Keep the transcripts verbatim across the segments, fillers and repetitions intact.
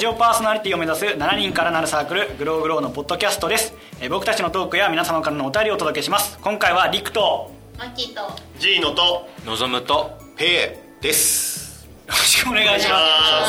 ジオパーソナリティを目指すしちにんからなるサークルグローグローのポッドキャストです。えー、僕たちのトークや皆様からのお便りをお届けします。今回はリクとマッキーとジーノとのぞむとペイです。 よろしくお願いします。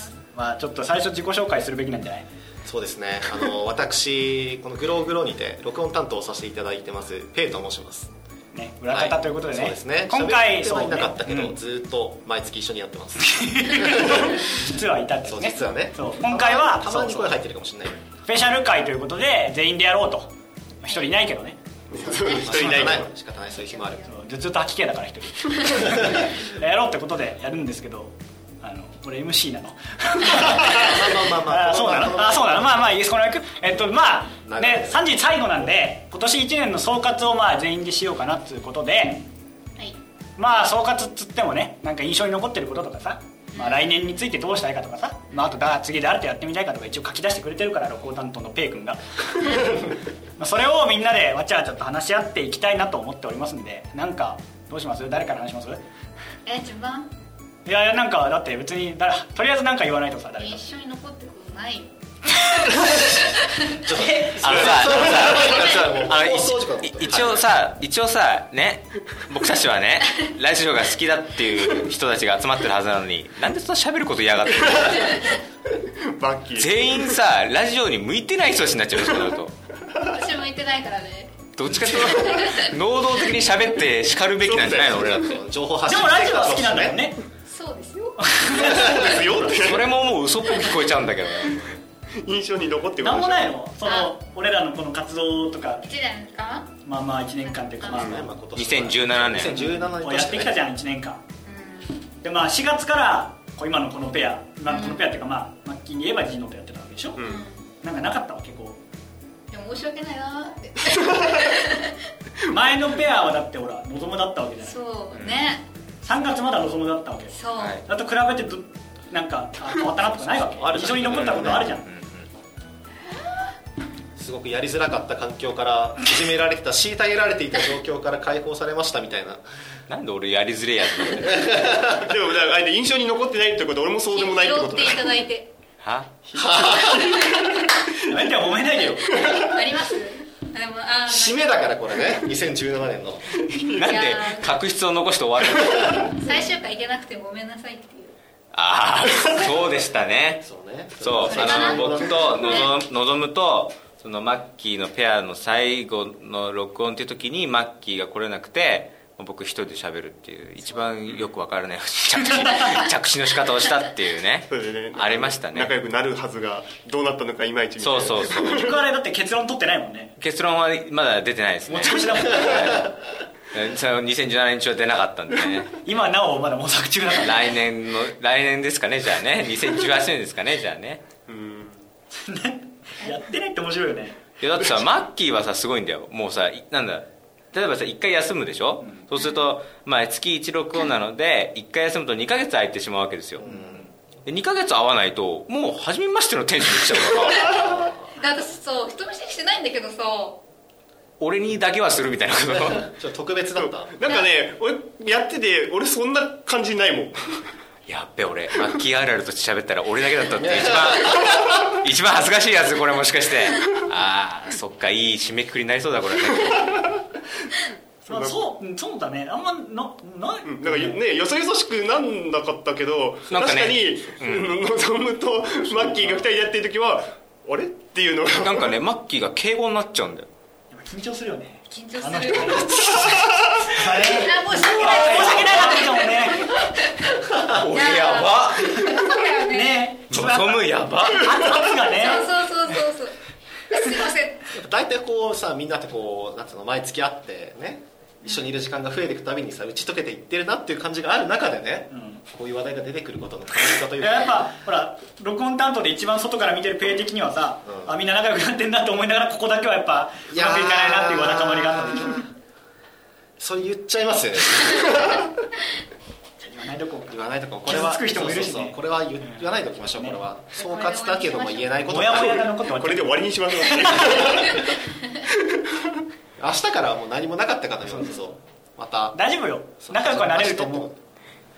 まあちょっと最初自己紹介するべきなんじゃない？ そうですね、あの私このグローグローにて録音担当をさせていただいてますペイと申しますね、裏方ということでね、 はい、そうですね。 今回喋ってはいなかったけど、 そうね、 ずっと毎月一緒にやってます実はいたっていうね。 そう実はね、 そう今回はたまに声入ってるかもしれない。 スペシャル回ということで全員でやろうと。一人いないけどね。 一人いないけど仕方ない、そういう日もある。 ずっと吐き気だから一人やろうってことでやるんですけど、あの俺 エムシー なのまあまあまあまあそうなのあそうなのまあまあいいです。この役えっとまあねどさんじ最後なんで今年いちねんの総括をまあ全員でしようかなっていうことで、 はい、 まあ総括っつってもね、なんか印象に残ってることとかさ、まあ、来年についてどうしたいかとかさ、まあ、あとだ次誰とやってみたいかとか一応書き出してくれてるから、録音担当のペイ君がまあそれをみんなでわちゃわちゃと話し合っていきたいなと思っておりますんで、なんかどうします？誰から話します？ え順番いやいやなんかだって別にだとりあえず何か言わないとさ、誰か一緒に残ってくことないよちょっとあのさあの一応さ一応さね、僕たちはねラジオが好きだっていう人たちが集まってるはずなのに、なんでそんな喋ること嫌がってるバッキー全員さラジオに向いてない人たちになっちゃうよ、そうなると。 私向いてないからね。 どっちかというと能動的に喋って叱るべきなんじゃないの俺らって。 情報発信でもラジオは好きなんだよね。 そうですよですよってそれももう嘘っぽく聞こえちゃうんだけどね。 印象に残ってるなんもないのその俺らのこの活動とかいちねんかな。 まあまあいちねんかんっていうかまあにせんじゅうななねんにせんじゅうななねんやってきたじゃんいちねんかん、うん、でまあしがつからこう今のこのペア、まあ、このペアっていうかまあマッキーに言えばジーノとやってたわけでしょ、うん、なんかなかったわけこうでも申し訳ないなって前のペアはだってほら望むだったわけじゃない。 そうね、 さんがつまだ望むだったわけ。 そう、 はい、 だと比べてどなんか変わったなとかないわけ。 ある一緒に残ったことあるじゃん、うんうん、 すごくやりづらかった環境からいじめられてた虐げられていた状況から解放されましたみたいな。 なんで俺やりづれえやつなんだよでもあれ印象に残ってないってことは俺もそうでもないってことだ。 拾っていただいてはやめて褒めないでよあります。でもあ締めだからこれねにせんじゅうななねんのなんで確執を残して終わるの最終回いけなくてごめんなさいっていう。 ああそうでしたね。 そうね、 そう、あの僕とのぞのぞむとそのマッキーのペアの最後の録音っていう時にマッキーが来れなくて僕一人で喋るっていう一番よく分からない着地着地の仕方をしたっていうねねありましたね。 仲良くなるはずがどうなったのかいまいちみたいな。 そうそうそう結局あれだって結論取ってないもんね。 結論はまだ出てないですね。 持ち越しだもんねそのにせんじゅうななねん中は出なかったんでね今なおまだ模索中だから来年の来年ですかねじゃあねにせんじゅうはちねんですかねじゃあねうんやってないって面白いよね。 いやだってさマッキーはさすごいんだよ。もうさなんだ例えばさいっかい休むでしょ、うん、そうすると、まあ、月いち録音なのでいっかい休むとにかげつ空いてしまうわけですよ、うん、でにかげつ会わないともう初めましてのテンションに来ちゃうから私そう人見知りしてないんだけどさ俺にだけはするみたいなことちょっと特別だった。 なんかね俺やってて俺そんな感じないもんやっべ俺マッキーあるあるとして喋ったら俺だけだったって一番一番恥ずかしいやつこれもしかしてああそっかいい締めくくりになりそうだこれねまあ、そうそうだねあんまなない、 うん、なんかねよそよそしくなんなかったけどなんか、ね、 確かにのぞむとマッキーがふたりでやってる時はあれっていうのがなんかねマッキーが敬語になっちゃうんだよ。 やっぱ緊張するよね。 緊張する。 あの人あ申し訳ない申し訳ないかったかもね俺やばそうだよね。 ねのぞむやば圧がねそうそうそうそうそうすいません。 やっぱ大体こうさみんなってこうなんつうの毎月会ってね一緒にいる時間が増えていくたびにさ打ち解けていってるなっていう感じがある中でね、うん、こういう話題が出てくることの感じ方というかやっぱほら録音担当で一番外から見てるペイ的にはさ、うん、あみんな仲良くなってんなと思いながらここだけはやっぱうまくいかないなっていうわだかまりがあったでしょ。 それ言っちゃいますよね言わないとこ言わないとここれは傷つく人もいるしね。 そうそうそうこれは 言, 言わないときましょう、ね、これは総括だけども言えないこともやもやが残ってこれで終わりにしましょう明日からはもう何もなかったかのようにそうまた大丈夫よ仲良くはなれると思う。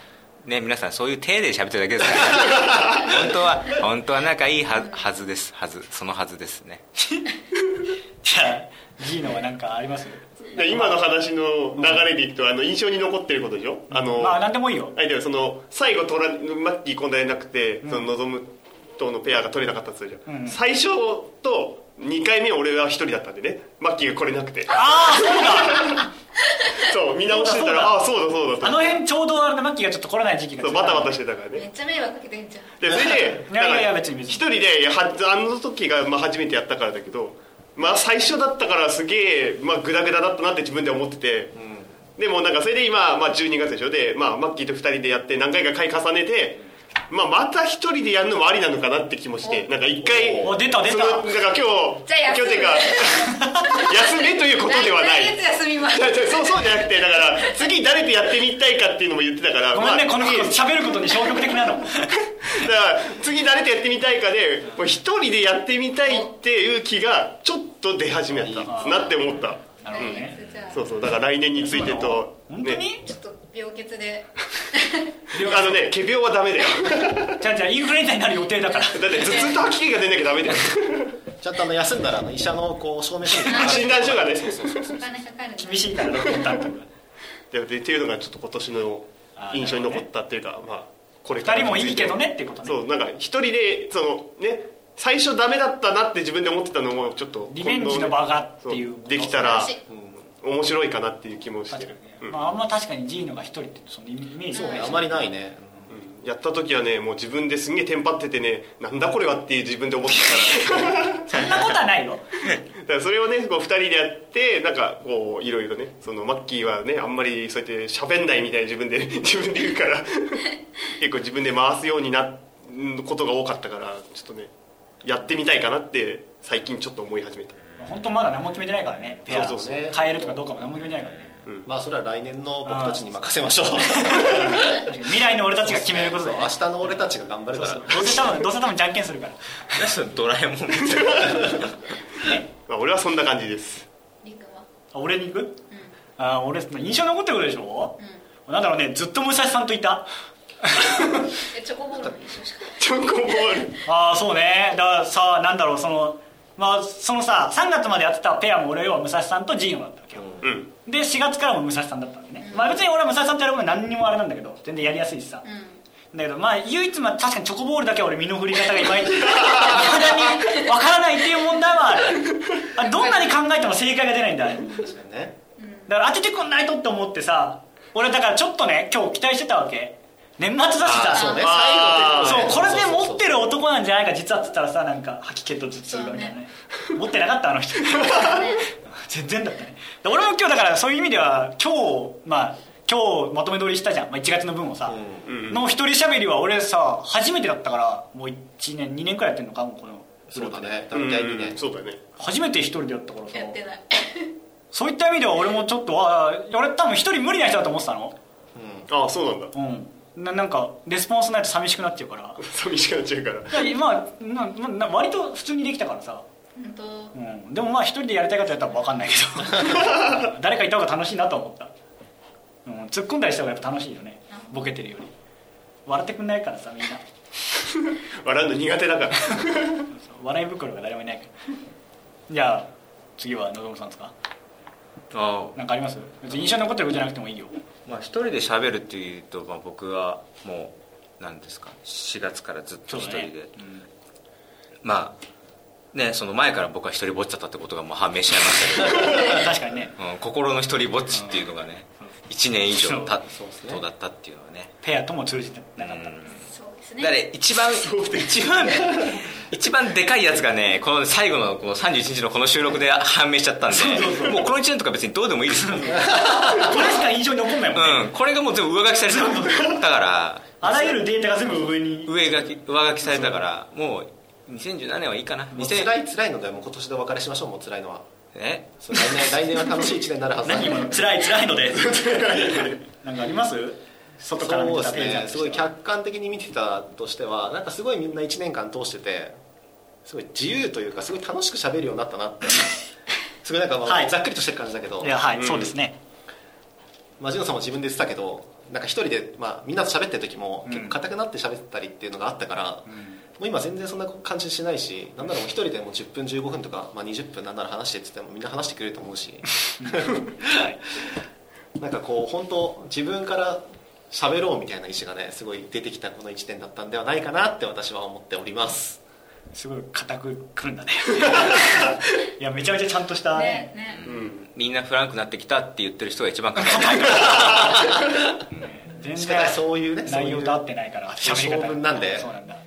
ね皆さんそういう体で喋ってるだけですから本当は本当は仲いい は, はずですはずそのはずですねじゃあ G のは何かあります？ で今の話の流れでいくと、あの印象に残ってることでしょ。あのまあ何でもいいよ。 あれだよ、その最後取らマッキー今度やれなくて、その望むとのペアが取れなかったとするじゃん、うん、最初とにかいめは俺はひとりだったんでね、マッキーが来れなくて、 ああそうだそう見直してたら、ああそうだそうだと、 あの辺ちょうどあれでマッキーがちょっと来れない時期がそうバタバタしてたからね。 めっちゃ迷惑かけてんじゃん。 でそれでいやいやいや別に別に一人ではあの時がまあ初めてやったからだけど、まあ最初だったからすげえ、まあ、グダグダだったなって自分で思ってて、うん、でもなんかそれで今、まあ、じゅうにがつでしょ。で、まあ、マッキーとふたりでやって何回か回重ねて、まあ、また一人でやるのもありなのかなって気もして、なんか一回お出た出た、 そのなんか今日じゃあ休む今日っていうか休めということではない来月休みますそうそうじゃなくて、だから次誰とやってみたいかっていうのも言ってたから、 ごめんね、 まあ、 この子喋ることに消極的なのだから次誰とやってみたいかでもう一人でやってみたいっていう気がちょっと出始めたなって思った。 なるほどね、 うん、 そうそう、だから来年についてと、 本当に、 ね、 ちょっと病欠であのね、仮病はダメだよじゃあじゃあインフルエンザになる予定だからだって頭痛と吐き気が出なきゃダメだよちゃんとあの休んだらあの医者のこう証明書に診断書がねお金かかる厳しいからロボット担当がでっていうのがちょっと今年の印象に残ったっていうか、まあこれふたりもいいけどねっていうことね。 そう、なんか一人でそのね最初ダメだったなって自分で思ってたのもちょっとリベンジの場がっていうそうできたら、うん、面白いかなっていう気もしてる、うん、 まあ、あんま確かに G のが一人ってそのイメージそうね、あんまりないね、 うん、やった時はねもう自分ですんげえテンパっててね、なんだこれはっていう自分で思ってたからそんなことはないよだからそれをねこうふたりでやってなんかこういろいろね、そのマッキーはねあんまりそうやって喋んないみたいな自分で自分で言うから結構自分で回すようになることが多かったから、ちょっとねやってみたいかなって最近ちょっと思い始めた。 本当まだ何も決めてないからね、ペアそうそうそう変えるとかどうかも何も決めてないからね、 うん、まあそれは来年の僕たちに任せましょう未来の俺たちが決めることで、ね、 明日の俺たちが頑張るからそうそうどうせ多分どうせ多分じゃんけんするからドラえもんみたいなまあ俺はそんな感じです。 リクはあ俺に行く、うん、あ俺印象に残ってるでしょ、うん、なんだろうね、ずっと武蔵さんといたえチョコボールの印象しかチョコボールああそうね、だからさ、なんだろう、そのまあそのささんがつまでやってたペアも俺は武蔵さんとジーノだったわけよ、うん、でしがつからも武蔵さんだったんでね、うん、まあ別に俺は武蔵さんとやる分何にもあれなんだけど全然やりやすいしさ、うん、だけどまあ唯一まあ確かにチョコボールだけは俺身の振り方がいまいち体にわからないっていう問題はあるあどんなに考えても正解が出ないんだあれ確かにね、だから当ててくんないとって思ってさ、俺だからちょっとね今日期待してたわけ、年末だしさ、 そうね、最後そうこれで持ってる男なんじゃないか実はっつったらさ、なんか吐き気と頭痛がみたいなね、持ってなかったあの人全然だったね。俺も今日だからそういう意味では今日まあ今日まとめ撮りしたじゃん、まあ、いちがつの分をさ、うん、の一人喋りは俺さ初めてだったから、もういちねんにねんくらいやってんのかもうこのそうだね、大体にね、 そうだね、 初めて一人でやったからさ、 やってないそういった意味では俺もちょっとあ俺多分一人無理な人だと思ってたの、 うん、ああそうなんだ、 うん、な, なんかレスポンスないと寂しくなっちゃうから寂しくなっちゃうからまあなな割と普通にできたからさ、 本当、 うん、でもまあ一人でやりたいことやったら分かんないけど誰かいた方が楽しいなと思った、うん、突っ込んだりした方がやっぱ楽しいよね、ボケてるより笑ってくんないからさみんな笑うの苦手だから笑い袋が誰もいないからじゃあ次はのぞむさんですか。 あなんかあります？別に印象に残ってることじゃなくてもいいよ。 まあ一人で喋るっていうと、まあ、僕はもう何ですかしがつからずっと一人で、ねうん、まあねその前から僕は一人ぼっちだったってことがもう判明しちゃいましたけど確かにね、 うん、心の一人ぼっちっていうのがねいちねん以上たそうだったっていうのはね、 ペアとも通じてなかった、うんだから一番一番一番でかいやつがねこの最後のこのさんじゅういちにちのこの収録で判明しちゃったんでそうそうそうもうこのいちねんとか別にどうでもいいですよこれしか印象に残んないもんね、 うん、これがもう全部上書きされてたからあらゆるデータが全部上に上書き上書きされたからもうにせんじゅうななねんはいいかな。 もう辛い辛いのでもう今年でお別れしましょう。もう辛いのはえそう来年来年は楽しいいちねんになるはず何今の辛い辛いのでなんかあります？外から見てたそうですね、すごい客観的に見てたとしてはなんかすごいみんないちねんかん通しててすごい自由というかすごい楽しく喋るようになったなってすごいなんかまあ、はい、ざっくりとしてる感じだけどいやはい、うん、そうですね。 まあジノさんも自分で言ってたけどなんか一人で、まあ、みんなと喋ってる時も結構硬くなって喋ったりっていうのがあったから、うん、もう今全然そんな感じしないし、なんならもう一人でもうじゅっぷんじゅうごふんとか、まあ、にじゅっぷんなんなら話してって言ってもみんな話してくれると思うし、はい、なんかこう本当自分から喋ろうみたいな意思がねすごい出てきたこのいちねんだったんではないかなって私は思っております。 すごい固くくるんだねいやめちゃめちゃちゃんとしたね、ね、ね、うん、 みんなフランクになってきたって言ってる人が一番硬い全然そういうね内容と合ってないから喋り方なんでそうなんだ